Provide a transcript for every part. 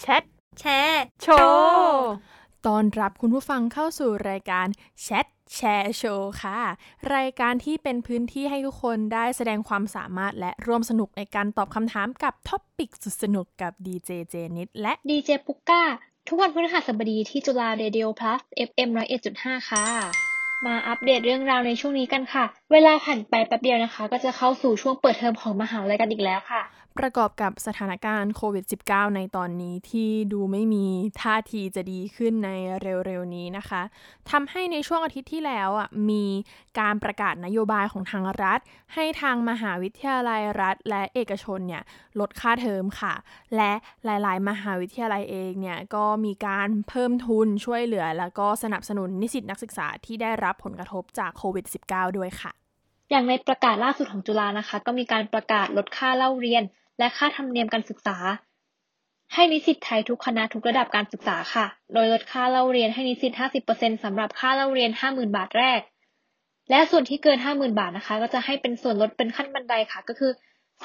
ทแชร์โชว์ต้อนรับคุณผู้ฟังเข้าสู่รายการแชทแชร์โชว์ค่ะรายการที่เป็นพื้นที่ให้ทุกคนได้แสดงความสามารถและร่วมสนุกในการตอบคำถามกับท็อปปิกสุดสนุกกับดีเจเจนิดและดีเจปุกก้าทุกวันพฤหัสบดีที่จุฬาเรดิโอพลัส FM 101.5 ค่ะมาอัปเดตเรื่องราวในช่วงนี้กันค่ะเวลาผ่านไปแป๊บเดียวนะคะก็จะเข้าสู่ช่วงเปิดเทอมของมหาวิทยาลัยกันอีกแล้วค่ะประกอบกับสถานการณ์โควิด -19 ในตอนนี้ที่ดูไม่มีท่าทีจะดีขึ้นในเร็วๆนี้นะคะทำให้ในช่วงอาทิตย์ที่แล้วมีการประกาศนโยบายของทางรัฐให้ทางมหาวิทยาลัยรัฐและเอกชนเนี่ยลดค่าเทอมค่ะและหลายๆมหาวิทยาลัยเองเนี่ยก็มีการเพิ่มทุนช่วยเหลือแล้วก็สนับสนุนนิสิตนักศึกษาที่ได้รับผลกระทบจากโควิด -19 ด้วยค่ะอย่างในประกาศล่าสุดของจุฬานะคะก็มีการประกาศลดค่าเล่าเรียนและค่าธรรมเนียมการศึกษาให้นิสิตไทยทุกคณะทุกระดับการศึกษาค่ะโดยลดค่าเล่าเรียนให้นิสิต 50% สำหรับค่าเล่าเรียน 50,000 บาทแรกและส่วนที่เกิน 50,000 บาทนะคะก็จะให้เป็นส่วนลดเป็นขั้นบันไดค่ะก็คือ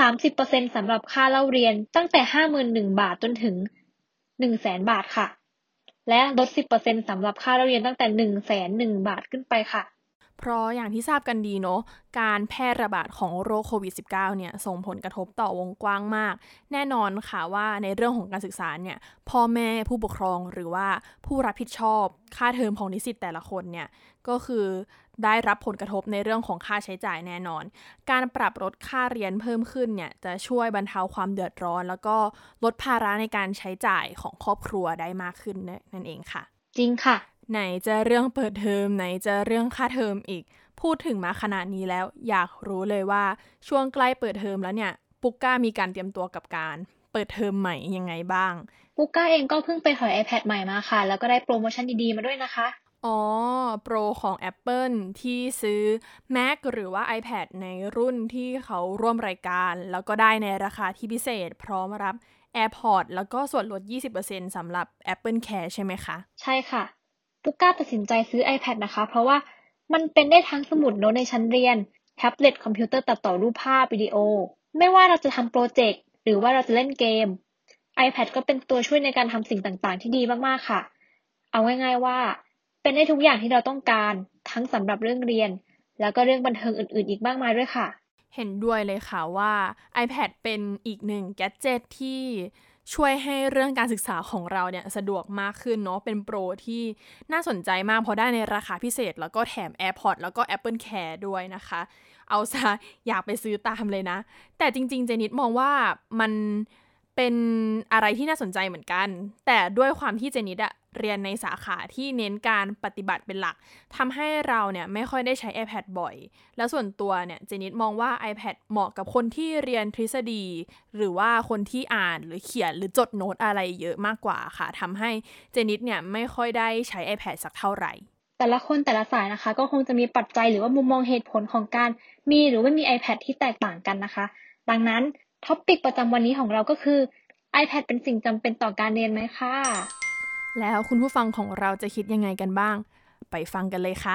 30% สำหรับค่าเล่าเรียนตั้งแต่ 51,000 บาทจนถึง 100,000 บาทค่ะและลด 10% สำหรับค่าเล่าเรียนตั้งแต่ 101,000 บาทขึ้นไปค่ะเพราะอย่างที่ทราบกันดีเนาะการแพร่ระบาดของโรคโควิด -19 เนี่ยส่งผลกระทบต่อวงกว้างมากแน่นอนค่ะว่าในเรื่องของการศึกษาเนี่ยพ่อแม่ผู้ปกครองหรือว่าผู้รับผิดชอบค่าเทอมของนิสิตแต่ละคนเนี่ยก็คือได้รับผลกระทบในเรื่องของค่าใช้จ่ายแน่นอนการปรับลดค่าเรียนเพิ่มขึ้นเนี่ยจะช่วยบรรเทาความเดือดร้อนแล้วก็ลดภาระในการใช้จ่ายของครอบครัวได้มากขึ้นนั่นเองค่ะจริงค่ะไหนจะเรื่องเปิดเทอมไหนจะเรื่องค่าเทอมอีกพูดถึงมาขนาดนี้แล้วอยากรู้เลยว่าช่วงใกล้เปิดเทอมแล้วเนี่ยปุกก้ามีการเตรียมตัวกับการเปิดเทอมใหม่ยังไงบ้างปุกก้าเองก็เพิ่งไปถอย iPad ใหม่มาค่ะแล้วก็ได้โปรโมชั่นดีๆมาด้วยนะคะอ๋อโปรของ Apple ที่ซื้อ Mac หรือว่า iPad ในรุ่นที่เขาร่วมรายการแล้วก็ได้ในราคาที่พิเศษพร้อมรับ AirPods แล้วก็ส่วนลด 20% สำหรับ Apple Care ใช่ไหมคะใช่ค่ะปุกก้าตัดสินใจซื้อ iPad นะคะเพราะว่ามันเป็นได้ทั้งสมุดโน้ตในชั้นเรียนแท็บเล็ตคอมพิวเตอร์ตัดต่อรูปภาพวิดีโอไม่ว่าเราจะทำโปรเจกต์หรือว่าเราจะเล่นเกม iPad ก็เป็นตัวช่วยในการทำสิ่งต่างๆที่ดีมากๆค่ะเอาง่ายๆว่าเป็นได้ทุกอย่างที่เราต้องการทั้งสำหรับเรื่องเรียนแล้วก็เรื่องบันเทิงอื่นๆอีกมากมายด้วยค่ะเห็นด้วยเลยค่ะว่า iPad เป็นอีกหนึ่งแกดเจ็ตที่ช่วยให้เรื่องการศึกษาของเราเนี่ยสะดวกมากขึ้นเนาะเป็นโปรที่น่าสนใจมากเพราะได้ในราคาพิเศษแล้วก็แถม AirPods แล้วก็ Apple Care ด้วยนะคะเอาซะอยากไปซื้อตามเลยนะแต่จริงๆเจนิดมองว่ามันเป็นอะไรที่น่าสนใจเหมือนกันแต่ด้วยความที่เจนิดเรียนในสาขาที่เน้นการปฏิบัติเป็นหลักทำให้เราเนี่ยไม่ค่อยได้ใช้ iPad บ่อยแล้วส่วนตัวเนี่ยเจนิดมองว่า iPad เหมาะกับคนที่เรียนทฤษฎีหรือว่าคนที่อ่านหรือเขียนหรือจดโน้ตอะไรเยอะมากกว่าค่ะทำให้เจนิดเนี่ยไม่ค่อยได้ใช้ iPad สักเท่าไหร่แต่ละคนแต่ละสายนะคะก็คงจะมีปัจจัยหรือว่ามุมมองเหตุผลของการมีหรือไม่มี iPad ที่แตกต่างกันนะคะดังนั้นท็อปิกประจำวันนี้ของเราก็คือ iPad เป็นสิ่งจำเป็นต่อการเรียนไหมค่ะแล้วคุณผู้ฟังของเราจะคิดยังไงกันบ้างไปฟังกันเลยค่ะ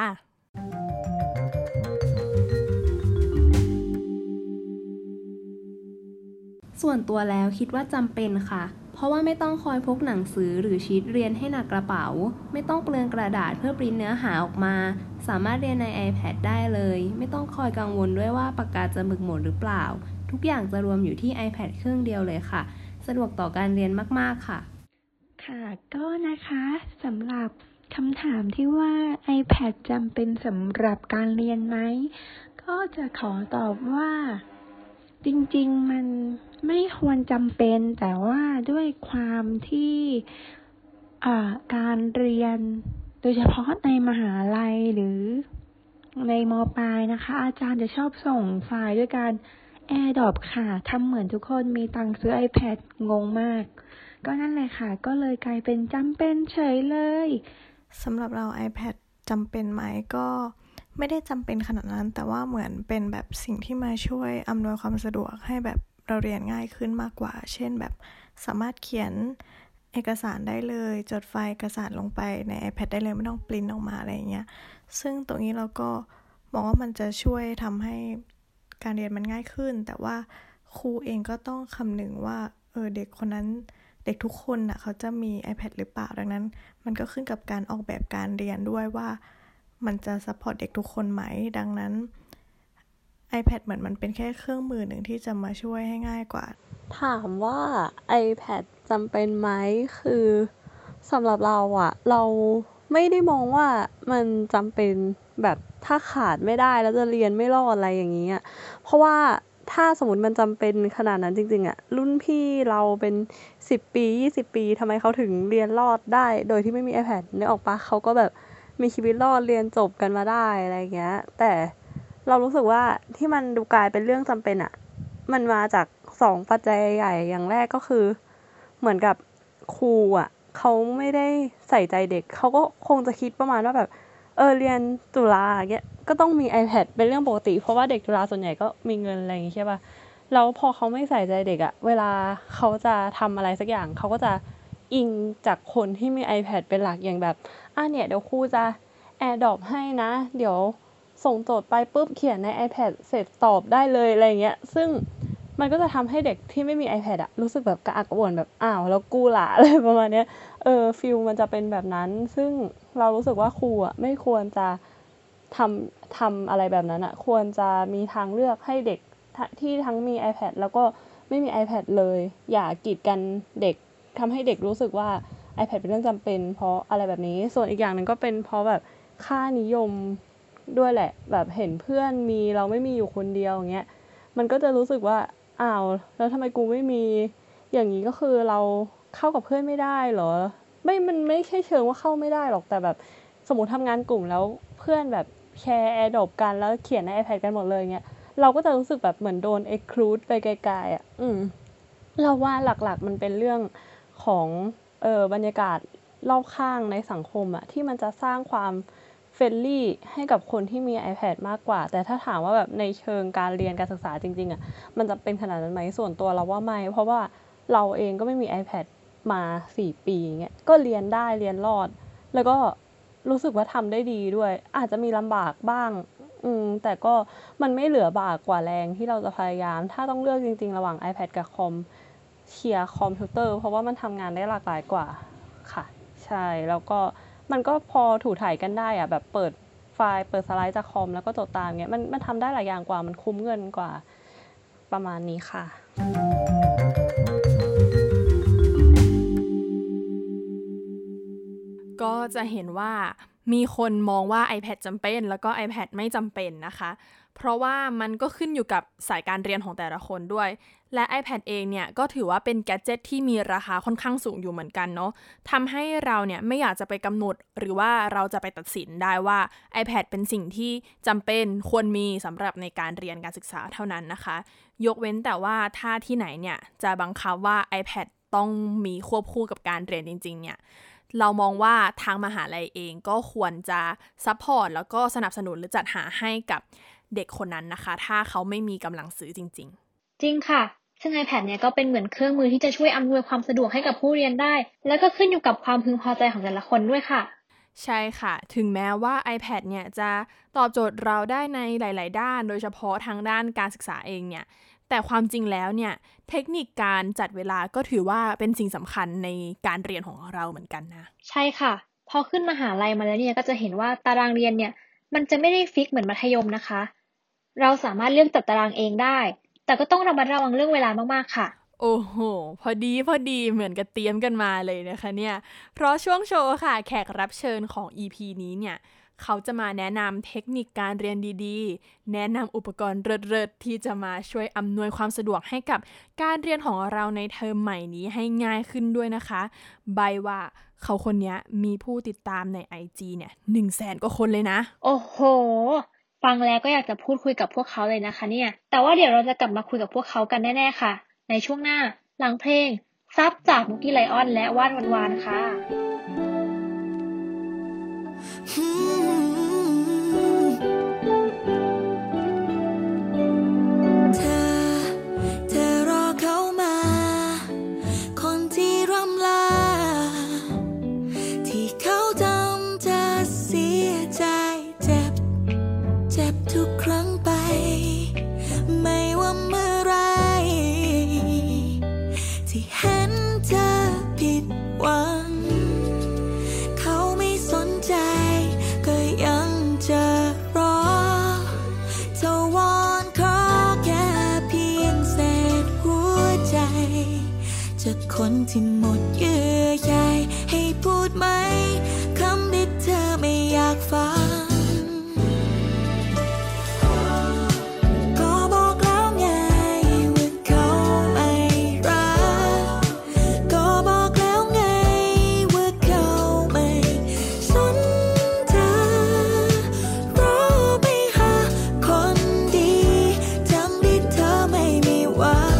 ส่วนตัวแล้วคิดว่าจำเป็นค่ะเพราะว่าไม่ต้องคอยพกหนังสือหรือชีทเรียนให้หนักกระเป๋าไม่ต้องเปลืองกระดาษเพื่อปริ้นเนื้อหาออกมาสามารถเรียนใน iPad ได้เลยไม่ต้องคอยกังวลด้วยว่าปากกาจะหมึกหมดหรือเปล่าทุกอย่างจะรวมอยู่ที่ iPad เครื่องเดียวเลยค่ะสะดวกต่อการเรียนมากๆค่ะค่ะก็นะคะสำหรับคำถามที่ว่า iPad จำเป็นสำหรับการเรียนไหมก็จะขอตอบว่าจริงๆมันไม่ควรจำเป็นแต่ว่าด้วยความที่การเรียนโดยเฉพาะในมหาลัยหรือในม.ปลายนะคะอาจารย์จะชอบส่งไฟล์ด้วยการ AirDrop ค่ะทำเหมือนทุกคนมีตังค์ซื้อ iPad งงมากก็นั่นแหละค่ะก็เลยกลายเป็นจำเป็นเฉยเลยสำหรับเรา iPad จำเป็นไหมก็ไม่ได้จำเป็นขนาดนั้นแต่ว่าเหมือนเป็นแบบสิ่งที่มาช่วยอำนวยความสะดวกให้แบบเราเรียนง่ายขึ้นมากกว่าเช่นแบบสามารถเขียนเอกสารได้เลยจดไฟล์เอกสารลงไปใน iPad ได้เลยไม่ต้องปริ้นออกมาอะไรอย่างเงี้ยซึ่งตรงนี้เราก็มองว่ามันจะช่วยทำให้การเรียนมันง่ายขึ้นแต่ว่าครูเองก็ต้องคำนึงว่าเด็กคนนั้นเด็กทุกคนน่ะเขาจะมี iPad หรือเปล่าดังนั้นมันก็ขึ้นกับการออกแบบการเรียนด้วยว่ามันจะซัพพอร์ตเด็กทุกคนไหมดังนั้น iPad เหมือนมันเป็นแค่เครื่องมือหนึ่งที่จะมาช่วยให้ง่ายกว่าถามว่า iPad จำเป็นไหมคือสำหรับเราอะเราไม่ได้มองว่ามันจำเป็นแบบถ้าขาดไม่ได้แล้วจะเรียนไม่รอดอะไรอย่างนี้อะเพราะว่าถ้าสมมติมันจำเป็นขนาดนั้นจริงๆอะรุ่นพี่เราเป็น10 ปี20 ปีทำไมเขาถึงเรียนรอดได้โดยที่ไม่มี iPad นึกออกปะเขาก็แบบมีชีวิตรอดเรียนจบกันมาได้อะไรเงี้ยแต่เรารู้สึกว่าที่มันดูกลายเป็นเรื่องจำเป็นอะมันมาจาก2 ปัจจัยใหญ่อย่างแรกก็คือเหมือนกับครูอ่ะเขาไม่ได้ใส่ใจเด็กเขาก็คงจะคิดประมาณว่าแบบเรียนจุฬาอย่างเงี้ยก็ต้องมี iPad เป็นเรื่องปกติเพราะว่าเด็กจุฬาส่วนใหญ่ก็มีเงินอะไรอย่างงี้ใช่ป่ะแล้วพอเขาไม่ใส่ใจเด็กอ่ะเวลาเขาจะทำอะไรสักอย่างเขาก็จะอิงจากคนที่มี iPad เป็นหลักอย่างแบบเนี่ยเดี๋ยวครูจะ AirDrop ให้นะเดี๋ยวส่งโจทย์ไปปุ๊บเขียนใน iPad เสร็จตอบได้เลยอะไรเงี้ยซึ่งมันก็จะทำให้เด็กที่ไม่มี iPad อะรู้สึกแบบกระอักกระอ่วนแบบอ้าวแล้วกูล่ะอะไรประมาณเนี้ยฟีลมันจะเป็นแบบนั้นซึ่งเรารู้สึกว่าครูอะไม่ควรจะทำอะไรแบบนั้นอะควรจะมีทางเลือกให้เด็กที่ทั้งมี iPad แล้วก็ไม่มี iPad เลยอย่ากีดกันเด็กทำให้เด็กรู้สึกว่า iPad เป็นเรื่องจำเป็นเพราะอะไรแบบนี้ส่วนอีกอย่างนึงก็เป็นเพราะแบบค่านิยมด้วยแหละแบบเห็นเพื่อนมีเราไม่มีอยู่คนเดียวอย่างเงี้ยมันก็จะรู้สึกว่าอ้าวแล้วทำไมกูไม่มีอย่างนี้ก็คือเราเข้ากับเพื่อนไม่ได้เหรอมันไม่ใช่เชิงว่าเข้าไม่ได้หรอกแต่แบบสมมติทำงานกลุ่มแล้วเพื่อนแบบแชร์ AirDrop กันแล้วเขียนใน iPad กันหมดเลยเงี้ยเราก็จะรู้สึกแบบเหมือนโดน exclude ไปไกลๆอ่ะเราว่าหลักๆมันเป็นเรื่องของบรรยากาศรอบข้างในสังคมอ่ะที่มันจะสร้างความเฟรนลี่ให้กับคนที่มี iPad มากกว่าแต่ถ้าถามว่าแบบในเชิงการเรียนการศึกษาจริงๆอ่ะมันจะเป็นขนาดนั้นไหมส่วนตัวเราว่าไม่เพราะว่าเราเองก็ไม่มี iPad มา4 ปีอย่างเงี้ยก็เรียนได้เรียนรอดแล้วก็รู้สึกว่าทำได้ดีด้วยอาจจะมีลำบากบ้างแต่ก็มันไม่เหลือบากกว่าแรงที่เราจะพยายามถ้าต้องเลือกจริงๆระหว่าง iPad กับคอมเชียร์คอมพิวเตอร์เพราะว่ามันทำงานได้หลากหลายกว่าค่ะใช่แล้วก็มันก็พอถูถ่ายกันได้อะแบบเปิดไฟล์เปิดสไลด์จากคอมแล้วก็จดตามเงี้ยมันทำได้หลายอย่างกว่ามันคุ้มเงินกว่าประมาณนี้ค่ะก็จะเห็นว่ามีคนมองว่า iPad จำเป็นแล้วก็ iPad ไม่จำเป็นนะคะเพราะว่ามันก็ขึ้นอยู่กับสายการเรียนของแต่ละคนด้วยและ iPad เองเนี่ยก็ถือว่าเป็นแกดเจ็ตที่มีราคาค่อนข้างสูงอยู่เหมือนกันเนาะทำให้เราเนี่ยไม่อยากจะไปกำหนดหรือว่าเราจะไปตัดสินได้ว่า iPad เป็นสิ่งที่จำเป็นควรมีสำหรับในการเรียนการศึกษาเท่านั้นนะคะยกเว้นแต่ว่าถ้าที่ไหนเนี่ยจะบังคับว่า iPad ต้องมีควบคู่กับการเรียนจริงๆเนี่ยเรามองว่าทางมหาลัยเองก็ควรจะซัพพอร์ตแล้วก็สนับสนุนหรือจัดหาให้กับเด็กคนนั้นนะคะถ้าเขาไม่มีกำลังซื้อจริงๆจริงค่ะซึ่ง iPad เนี่ยก็เป็นเหมือนเครื่องมือที่จะช่วยอำนวยความสะดวกให้กับผู้เรียนได้แล้วก็ขึ้นอยู่กับความพึงพอใจของแต่ละคนด้วยค่ะใช่ค่ะถึงแม้ว่า iPad เนี่ยจะตอบโจทย์เราได้ในหลายๆด้านโดยเฉพาะทางด้านการศึกษาเองเนี่ยแต่ความจริงแล้วเนี่ยเทคนิคการจัดเวลาก็ถือว่าเป็นสิ่งสำคัญในการเรียนของเราเหมือนกันนะใช่ค่ะพอขึ้นมหาลัยมาแล้วเนี่ยก็จะเห็นว่าตารางเรียนเนี่ยมันจะไม่ได้ฟิกเหมือนมัธยมนะคะเราสามารถเลือกจัดตารางเองได้แต่ก็ต้องระมัดระวังเรื่องเวลามากๆค่ะโอ้โหพอดีเหมือนกับเตรียมกันมาเลยนะคะเนี่ยเพราะช่วงโชว์ค่ะแขกรับเชิญของ EP นี้เนี่ยเขาจะมาแนะนำเทคนิคการเรียนดีๆแนะนำอุปกรณ์เลิศๆที่จะมาช่วยอำนวยความสะดวกให้กับการเรียนของเราในเทอมใหม่นี้ให้ง่ายขึ้นด้วยนะคะใบว่าเขาคนนี้มีผู้ติดตามใน IG เนี่ย 100,000 กว่าคนเลยนะโอ้โหฟังแล้วก็อยากจะพูดคุยกับพวกเขาเลยนะคะเนี่ยแต่ว่าเดี๋ยวเราจะกลับมาคุยกับพวกเขากันแน่ๆค่ะในช่วงหน้าหลังเพลงซับจากมุกกี้ไลออนและว่านวานค่ะเธอรอเขามาคนที่ร่ำลาที่เขาทำเธอเสียใจเจ็บทุกครั้งไปไม่ว่าเมื่อไรที่เห็นเธอคนที่หมดเยื่อใยให้พูดไหมคำที่เธอไม่อยากฟังก็บอกแล้วไงว่าเขาไม่รักก็บอกแล้วไงว่าเขาไม่สนเธอรอไปหาคนดีทั้งที่เธอไม่มีหวัง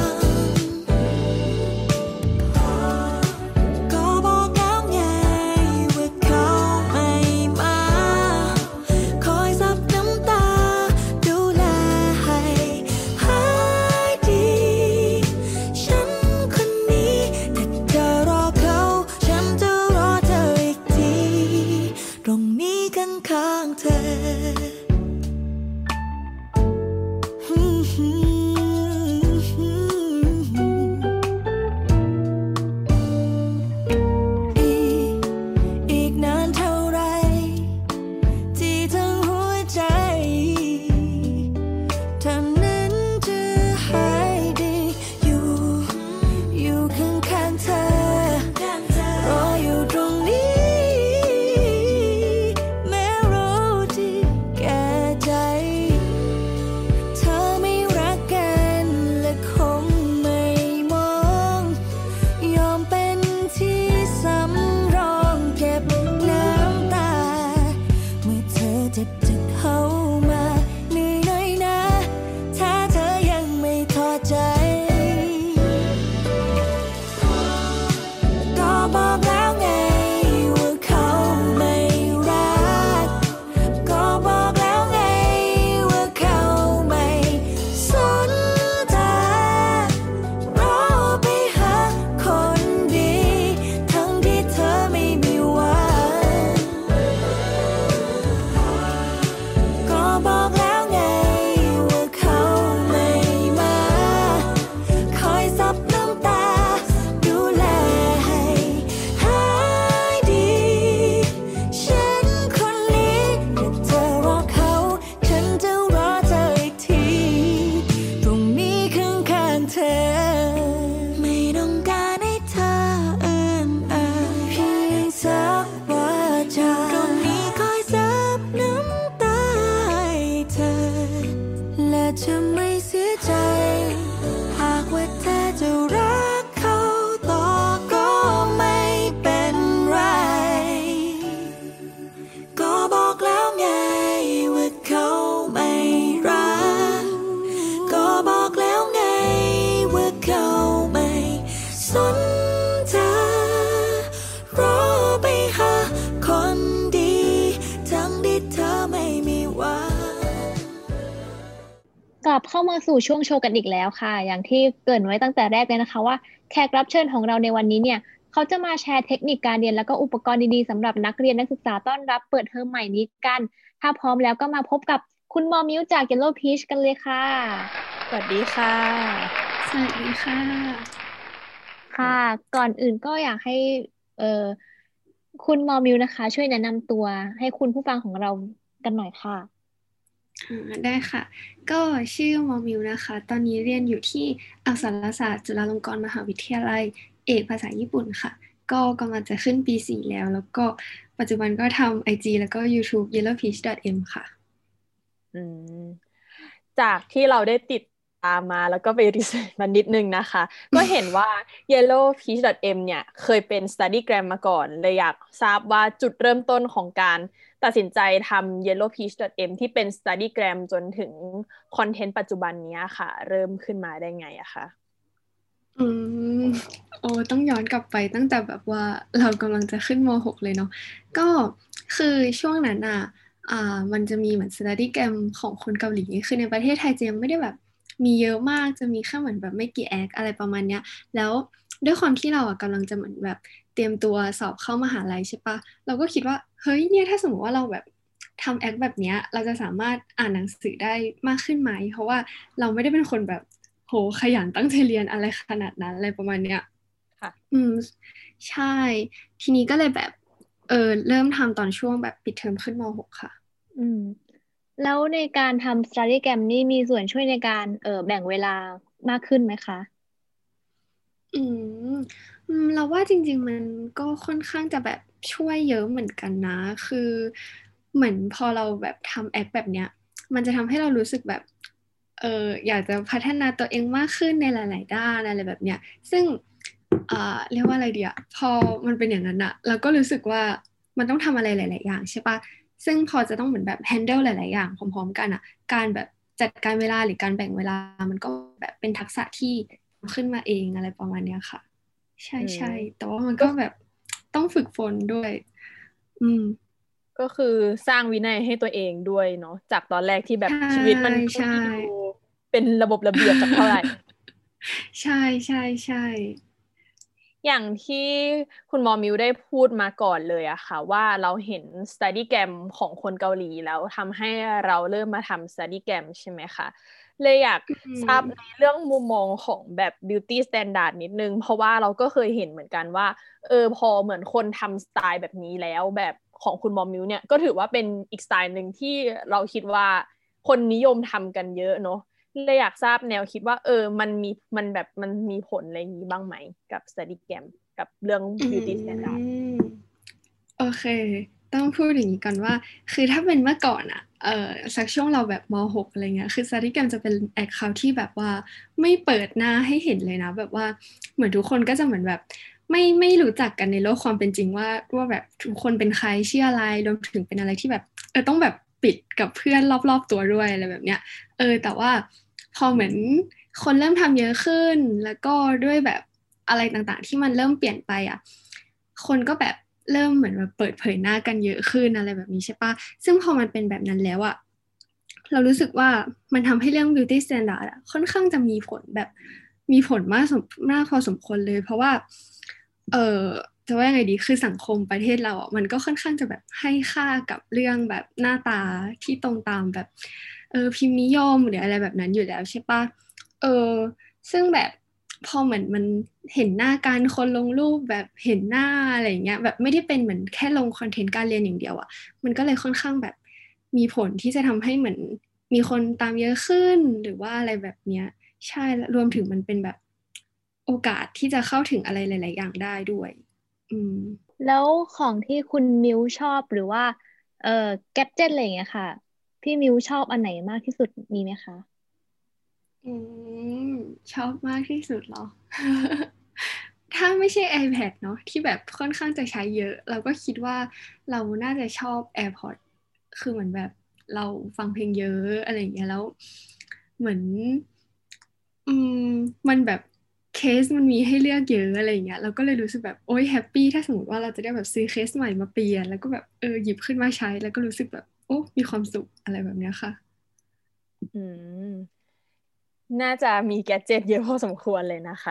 ก็บอกแล้วไงว่าเขาไม่มาคอยซับน้ำตาดูแลให้หายดีฉันคนนี้ถ้าเธอรอเขาฉันจะรอเธออีกทีตรงนี้ข้างๆเธอ อีกนานเท่าไรที่ทั้งหัวใจเธอนั้นจะหายดีอยู่ข้างๆเธอรออยู่ตรงนี้แม้รู้ดีแก่ใจเธอไม่รักกันและคงไม่มองยอมเป็นที่สำรองเก็บน้ำตาเมื่อเธอเจ็บจะเข้ามาเหนื่อยหน่อยนะถ้าเธอยังไม่พอใจก็บอกแล้วไงว่าเขาไม่รักก็บอกแล้วไงว่าเขาไม่สนเธอรอไปหาคนดีทั้งที่เธอไม่มีหวังก็บอกแล้วไงว่าเขาไม่มาคอยซับน้ำตาดูแลให้หายดีฉันคนนี้ถ้าเธอรอเขาฉันจะรอเธออีกทีตรงนี้ข้างๆเธอไม่ต้องการให้เธอเอื้อนเอ่ยเพียงสักว่าจาตรงนี้คอยซับน้ำตาให้เธอและจะไม่เสียใจหากว่าเธอจะรักเขาต่อก็ไม่เป็นไรก็บอกแล้วไงว่าเขาไม่รักก็บอกแล้วไงว่าเขาไม่สนเธอรอไปหาคนดีทั้งที่เธอไม่มีหวังกลับเข้ามาสู่ช่วงโชว์กันอีกแล้วค่ะ อย่างที่เกริ่นไว้ตั้งแต่แรกเลยนะคะว่าแขกรับเชิญของเราในวันนี้เนี่ยเขาจะมาแชร์เทคนิคการเรียนแล้วก็อุปกรณ์ดีๆสำหรับนักเรียนนักศึกษาต้อนรับเปิดเทอมใหม่นี้กัน ถ้าพร้อมแล้วก็มาพบกับคุณมอมิวจาก Yellow Peach กันเลยค่ะสวัสดีค่ะสวัสดีค่ะค่ะ ก่อนอื่นก็อยากให้เอ่อคุณมอมิวนะคะ ช่วยแนะนำตัวให้คุณผู้ฟังของเรากันหน่อยค่ะได้ค่ะ ก็ชื่อมอมิวนะคะ ตอนนี้เรียนอยู่ที่อักษรศาสตร์จุฬาลงกรณ์มหาวิทยาลัย เอกภาษาญี่ปุ่นค่ะ ก็กำลังจะขึ้นปี 4 แล้ว แล้วก็ปัจจุบันก็ทำ IG แล้วก็ YouTube yellowpeach.m ค่ะอืมจากที่เราได้ติดตามมาแล้วก็ไปรีเสิร์ชมานิดนึงนะคะ ก็เห็นว่า yellowpeach.m เนี่ยเคยเป็น studygram มาก่อนเลยอยากทราบว่าจุดเริ่มต้นของการตัดสินใจทำ yellowpeach.m ที่เป็น studygram จนถึงคอนเทนต์ปัจจุบันนี้ค่ะ เริ่มขึ้นมาได้ไงอะคะอืมต้องย้อนกลับไปตั้งแต่แบบว่าเรากำลังจะขึ้นม .6 เลยเนาะก็คือช่วงนั้นมันจะมีเหมือน study gram ของคนเกาหลีคือในประเทศไทยจะยังไม่ได้แบบมีเยอะมากจะมีแค่เหมือนแบบไม่กี่แอคอะไรประมาณเนี้ยแล้วด้วยความที่เรากำลังจะเหมือนแบบเตรียมตัวสอบเข้ามหาลัยใช่ปะเราก็คิดว่าเฮ้ยเนี่ยถ้าสมมติว่าเราแบบทำแอคแบบเนี้ยเราจะสามารถอ่านหนังสือได้มากขึ้นไหมเพราะว่าเราไม่ได้เป็นคนแบบโหขยันตั้งใจเรียนอะไรขนาดนั้นอะไรประมาณเนี้ยค่ะใช่ ทีนี้ก็เลยแบบเริ่มทำตอนช่วงแบบปิดเทอมขึ้นม .6 ค่ะอืมแล้วในการทำ studygram นี่มีส่วนช่วยในการแบ่งเวลามากขึ้นไหมคะอืมเราว่าจริงๆมันก็ค่อนข้างจะแบบช่วยเยอะเหมือนกันนะคือเหมือนพอเราแบบทำแอปแบบเนี้ยมันจะทำให้เรารู้สึกแบบอยากจะพัฒนาตัวเองมากขึ้นในหลายๆด้านอะไรแบบเนี้ยซึ่งเรียกว่าอะไรดีอะพอมันเป็นอย่างนั้นอะเราก็รู้สึกว่ามันต้องทำอะไรหลายๆอย่างใช่ปะซึ่งพอจะต้องเหมือนแบบ handle หลายๆอย่างพร้อมๆกันอะการแบบจัดการเวลาหรือการแบ่งเวลามันก็แบบเป็นทักษะที่ขึ้นมาเองอะไรประมาณเนี้ยค่ะ ใช่อืใช่มแต่ว่ามันก็ก็แบบต้องฝึกฝนด้วยอืมก็คือสร้างวินัยให้ตัวเองด้วยเนาะจากตอนแรกที่แบบใช่ชีวิตมันก็ใช่ไม่ดูเป็นระบบระเบียบสักเท่าไหร่ใช่ใช่ใช่อย่างที่คุณมอมิวได้พูดมาก่อนเลยอะค่ะว่าเราเห็น study gam ของคนเกาหลีแล้วทำให้เราเริ่มมาทำ study gam ใช่ไหมคะเลยอยากอืทราบในมเรื่องมุมมองของแบบ beauty standard นิดนึงเพราะว่าเราก็เคยเห็นเหมือนกันว่าพอเหมือนคนทำสไตล์แบบนี้แล้วแบบของคุณมอมิวเนี่ยก็ถือว่าเป็นอีกสไตล์หนึ่งที่เราคิดว่าคนนิยมทำกันเยอะเนาะ เลยอยากทราบแนวคิดว่ามันมีผลอะไรอย่างนี้บ้างไหมกับ study gam กับเรื่องอื beauty standard มโอเคต้องพูดอย่างนี้ก่อนว่าคือถ้าเป็นเมื่อก่อนอะสักช่วงเราแบบม .6 อะไรเงี้ยคือ Study Gam จะเป็นแอคเคาท์ที่แบบว่าไม่เปิดหน้าให้เห็นเลยนะแบบว่าเหมือนทุกคนก็จะเหมือนแบบไม่รู้จักกันในโลกความเป็นจริงว่าแบบทุกคนเป็นใครชื่ออะไรรวมถึงเป็นอะไรที่แบบต้องแบบปิดกับเพื่อนรอบๆตัวด้วยอะไรแบบเนี้ยแต่ว่าพอเหมือนคนเริ่มทำเยอะขึ้นแล้วก็ด้วยแบบอะไรต่างๆที่มันเริ่มเปลี่ยนไปอ่ะคนก็แบบเริ่มเหมือนแบบเปิดเผยหน้ากันเยอะขึ้นอะไรแบบนี้ใช่ปะซึ่งพอมันเป็นแบบนั้นแล้วอ่ะเรารู้สึกว่ามันทำให้เรื่อง beauty standard อะค่อนข้างจะมีผลแบบมีผลมากพอสมควรเลยเพราะว่าเออ จะว่ายังไงดีคือสังคมประเทศเราอ่ะมันก็ค่อนข้างจะแบบให้ค่ากับเรื่องแบบหน้าตาที่ตรงตามแบบพิมพ์นิยมหรืออะไรแบบนั้นอยู่แล้วใช่ปะเออซึ่งแบบพอเหมือนมันเห็นหน้าการคนลงรูปแบบเห็นหน้าอะไรอย่างเงี้ยแบบไม่ได้เป็นเหมือนแค่ลงคอนเทนต์การเรียนอย่างเดียวอ่ะมันก็เลยค่อนข้างแบบมีผลที่จะทำให้เหมือนมีคนตามเยอะขึ้นหรือว่าอะไรแบบเนี้ยใช่และรวมถึงมันเป็นแบบโอกาสที่จะเข้าถึงอะไรหลายๆอย่างได้ด้วย อืมแล้วของที่คุณมิวชอบหรือว่าเอ่อแกดเจ็ตอะไรอย่างเงี้ยค่ะพี่มิวชอบอันไหนมากที่สุดมีไหมคะอืมชอบมากที่สุดเหรอ ถ้าไม่ใช่ iPad เนอะที่แบบค่อนข้างจะใช้เยอะเราก็คิดว่าเราน่าจะชอบ AirPods คือเหมือนแบบเราฟังเพลงเยอะอะไรอย่างเงี้ยแล้วเหมือนอืมมันแบบเคสมันมีให้เลือกเยอะอะไรอย่างเงี้ยเราก็เลยรู้สึกแบบโอ๊ยแฮปปี้ถ้าสมมติว่าเราจะได้แบบซื้อเคสใหม่มาเปลี่ยนแล้วก็แบบหยิบขึ้นมาใช้แล้วก็รู้สึกแบบโอ้มีความสุขอะไรแบบเนี้ยค่ะอืมน่าจะมีแกดเจ็ตเยอะพอสมควรเลยนะคะ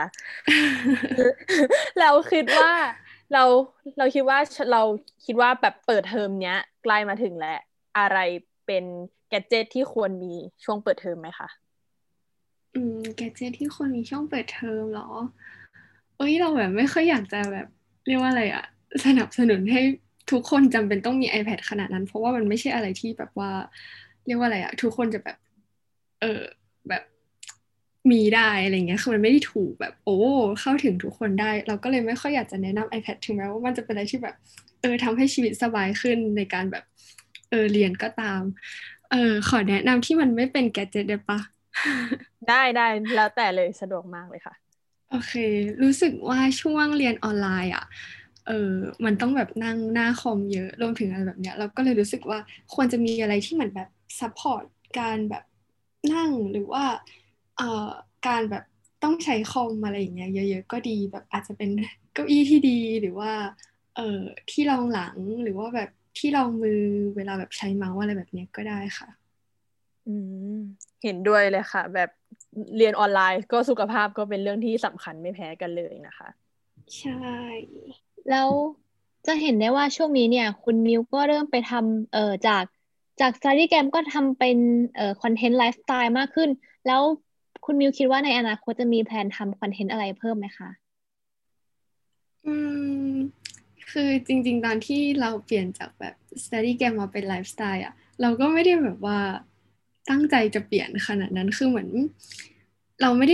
เราคิดว่าเราเราคิดว่าเราคิดว่าแบบเปิดเทอมเนี้ยใกล้มาถึงแล้วอะไรเป็นแกดเจ็ตที่ควรมีช่วงเปิดเทอมไหมคะแกดเจ็ตที่คนมีช่องเปิดเทอมเหรอเราแบบไม่ค่อยอยากจะแบบเรียกว่าอะไรอะสนับสนุนให้ทุกคนจำเป็นต้องมี iPad ขนาดนั้นเพราะว่ามันไม่ใช่อะไรที่แบบว่าเรียกว่าอะไรอะทุกคนจะแบบเออแบบมีได้อะไรเงี้ยคือมันไม่ได้ถูกแบบเข้าถึงทุกคนได้เราก็เลยไม่ค่อยอยากจะแนะนำ iPad ถึงแม้ว่ามันจะเป็นอะไรที่แบบทำให้ชีวิตสบายขึ้นในการแบบเรียนก็ตามขอแนะนำที่มันไม่เป็นแกดเจ็ตได้ปะได้แล้วแต่เลยสะดวกมากเลยค่ะโอเค รู้สึกว่าช่วงเรียนออนไลน์อ่ะเออมันต้องแบบนั่งหน้าคอมเยอะรวมถึงอะไรแบบเนี้ยเราก็เลยรู้สึกว่าควรจะมีอะไรที่เหมือนแบบซัพพอร์ตการแบบนั่งหรือว่าเอ่อการแบบต้องใช้คอมอะไรอย่างเงี้ยเยอะๆก็ดีแบบอาจจะเป็นเก้าอี้ที่ดีหรือว่าเอ่อที่รองหลังหรือว่าแบบที่รองมือเวลาแบบใช้เมาส์อะไรแบบเนี้ยก็ได้ค่ะอืมเห็นด้วยเลยค่ะแบบเรียนออนไลน์ก็สุขภาพก็เป็นเรื่องที่สำคัญไม่แพ้กันเลยนะคะใช่แล้วจะเห็นได้ว่าช่วงนี้เนี่ยคุณมิวก็เริ่มไปทำจาก Study Gam ก็ทำเป็นคอนเทนต์ไลฟ์สไตล์มากขึ้นแล้วคุณมิวคิดว่าในอนาคตจะมีแผนทำคอนเทนต์อะไรเพิ่มไหมคะอืม คือจริงๆตอนที่เราเปลี่ยนจากแบบ study gap มาเป็นไลฟ์สไตล์อ่ะเราก็ไม่ได้แบบว่าตั้งใจจะเปลี่ยนขนาดนั้นคือเหมือนเราไม่ได้แบบ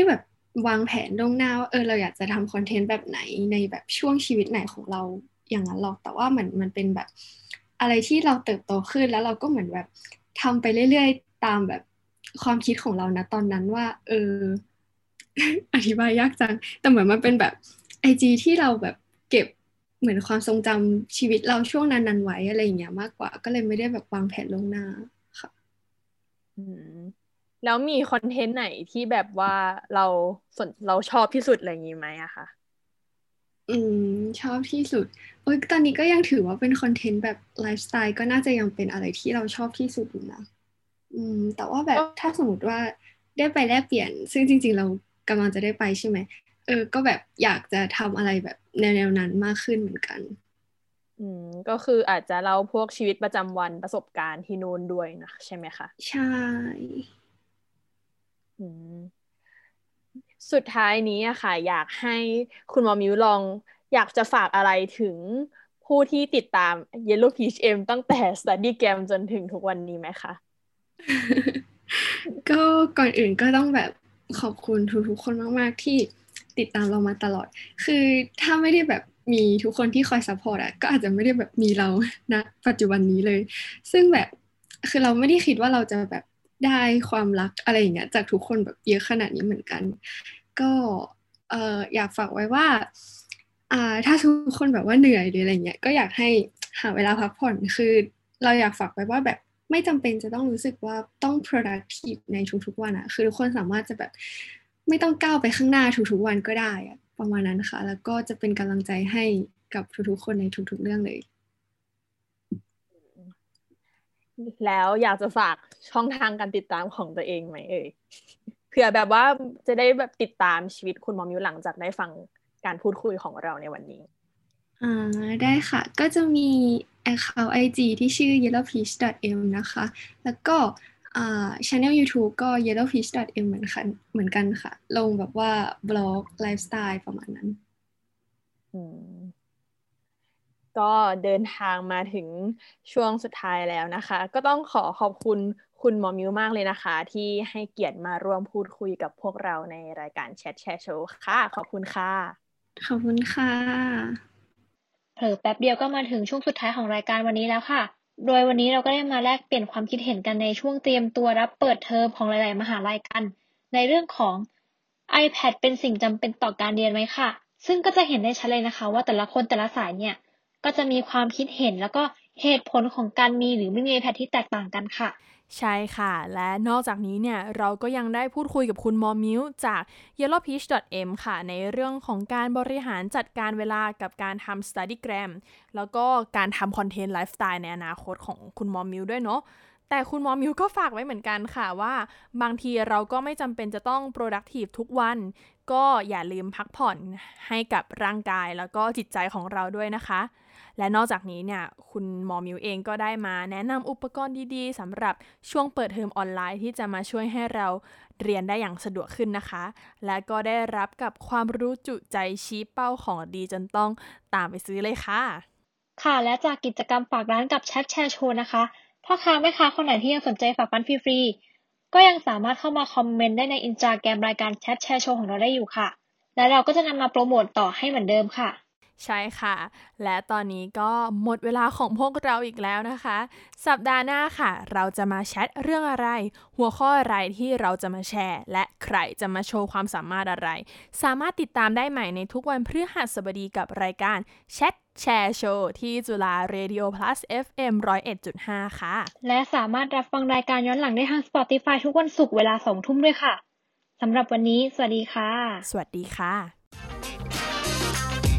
วางแผนล่วงหน้าว่าเราอยากจะทำคอนเทนต์แบบไหนในแบบช่วงชีวิตไหนของเราอย่างนั้นหรอกแต่ว่ามันเป็นแบบอะไรที่เราเติบโตขึ้นแล้วเราก็เหมือนแบบทำไปเรื่อยๆตามแบบความคิดของเรานะตอนนั้นว่าอธิบายยากจังแต่เหมือนมันเป็นแบบIGที่เราแบบเก็บเหมือนความทรงจำชีวิตเราช่วงนั้นๆไว้อะไรอย่างเงี้ยมากกว่าก็เลยไม่ได้แบบวางแผนล่วงหน้าค่ะอืมแล้วมีคอนเทนต์ไหนที่แบบว่าเราชอบที่สุดอะไรอย่างนี้ไหมอะคะอืมชอบที่สุดตอนนี้ก็ยังถือว่าเป็นคอนเทนต์แบบไลฟ์สไตล์ก็น่าจะยังเป็นอะไรที่เราชอบที่สุดอยู่นะแต่ว่าแบบถ้าสมมติว่าได้ไปแลกเปลี่ยนซึ่งจริงๆเรากำลังจะได้ไปใช่ไหมก็แบบอยากจะทำอะไรแบบแนวนั้นมากขึ้นเหมือนกันก็คืออาจจะเล่าพวกชีวิตประจำวันประสบการณ์ที่นู่นด้วยนะใช่ไหมคะใช่อืมสุดท้ายนี้อะค่ะอยากให้คุณหมอมิวอยากจะฝากอะไรถึงผู้ที่ติดตาม Yellow Peach M ตั้งแต่ Study Gam จนถึงทุกวันนี้ไหมคะก็ก่อนอื่นก็ต้องแบบขอบคุณทุกๆคนมากๆที่ติดตามเรามาตลอดคือถ้าไม่ได้แบบมีทุกคนที่คอยซัพพอร์ตก็อาจจะไม่ได้แบบมีเราณปัจจุบันนี้เลยซึ่งแบบคือเราไม่ได้คิดว่าเราจะแบบได้ความรักอะไรอย่างเงี้ยจากทุกคนแบบเยอะขนาดนี้เหมือนกันก็อยากฝากไว้ว่าถ้าทุกคนแบบว่าเหนื่อยหรืออะไรเงี้ยก็อยากให้หาเวลาพักผ่อนคือเราอยากฝากไว้ว่าแบบไม่จำเป็นจะต้องรู้สึกว่าต้อง productive ในทุกๆวันอะคือทุกคนสามารถจะแบบไม่ต้องก้าวไปข้างหน้าทุกๆวันก็ได้อะประมาณนั้นค่ะแล้วก็จะเป็นกำลังใจให้กับทุกๆคนในทุกๆเรื่องเลยแล้วอยากจะฝากช่องทางการติดตามของตัวเองไหมเผื่อแบบว่าจะได้แบบติดตามชีวิตคุณหมอมิวหลังจากได้ฟังการพูดคุยของเราในวันนี้ได้ค่ะก็จะมี account IG ที่ชื่อ yellowpeach.m นะคะแล้วก็channel YouTube ก็ yellowpeach.m เหมือนกันค่ะลงแบบว่าบล็อกไลฟ์สไตล์ประมาณนั้นอืมก็เดินทางมาถึงช่วงสุดท้ายแล้วนะคะก็ต้องขอบคุณคุณหมอมิวมากเลยนะคะที่ให้เกียรติมาร่วมพูดคุยกับพวกเราในรายการแชทแชร์โชว์ค่ะขอบคุณค่ะขอบคุณค่ะเผลอแป๊บเดียวก็มาถึงช่วงสุดท้ายของรายการวันนี้แล้วค่ะ โดยวันนี้เราก็ได้มาแลกเปลี่ยนความคิดเห็นกันในช่วงเตรียมตัวรับเปิดเทอมของหลายๆมหาลัยกัน ในเรื่องของ iPad เป็นสิ่งจำเป็นต่อการเรียนไหมค่ะ ซึ่งก็จะเห็นได้ชัดเลยนะคะว่าแต่ละคนแต่ละสายเนี่ยก็จะมีความคิดเห็นแล้วก็เหตุผลของการมีหรือไม่มี iPad ที่แตกต่างกันค่ะใช่ค่ะและนอกจากนี้เนี่ยเราก็ยังได้พูดคุยกับคุณหมอมิวจาก yellowpeach.m ค่ะในเรื่องของการบริหารจัดการเวลากับการทำ Studygram แล้วก็การทำคอนเทนต์ไลฟ์สไตล์ในอนาคตของคุณหมอมิวด้วยเนาะแต่คุณหมอมิวก็ฝากไว้เหมือนกันค่ะว่าบางทีเราก็ไม่จำเป็นจะต้อง productive ทุกวันก็อย่าลืมพักผ่อนให้กับร่างกายแล้วก็จิตใจของเราด้วยนะคะและนอกจากนี้เนี่ยคุณหมอมิวเองก็ได้มาแนะนำอุปกรณ์ดีๆสำหรับช่วงเปิดเทอมออนไลน์ที่จะมาช่วยให้เราเรียนได้อย่างสะดวกขึ้นนะคะและก็ได้รับกับความรู้จุใจชี้เป้าของดีจนต้องตามไปซื้อเลยค่ะค่ะและจากกิจกรรมฝากร้านกับแชทแชร์โชว์นะคะพ่อค้าแม่ค้าคนไหนที่ยังสนใจฝากร้านฟรีๆก็ยังสามารถเข้ามาคอมเมนต์ได้ใน Instagram รายการแชทแชร์โชว์ของเราได้อยู่ค่ะและเราก็จะนำมาโปรโมทต่อให้เหมือนเดิมค่ะใช่ค่ะและตอนนี้ก็หมดเวลาของพวกเราอีกแล้วนะคะสัปดาห์หน้าค่ะเราจะมาแชทเรื่องอะไรหัวข้ออะไรที่เราจะมาแชร์และใครจะมาโชว์ความสามารถอะไรสามารถติดตามได้ใหม่ในทุกวันพฤหัสบดีกับรายการแชทแชร์โชว์ที่จุฬา Radio Plus FM 101.5 ค่ะและสามารถรับฟังรายการย้อนหลังได้ทาง Spotify ทุกวันศุกร์เวลา 20:00 นด้วยค่ะสำหรับวันนี้สวัสดีค่ะสวัสดีค่ะ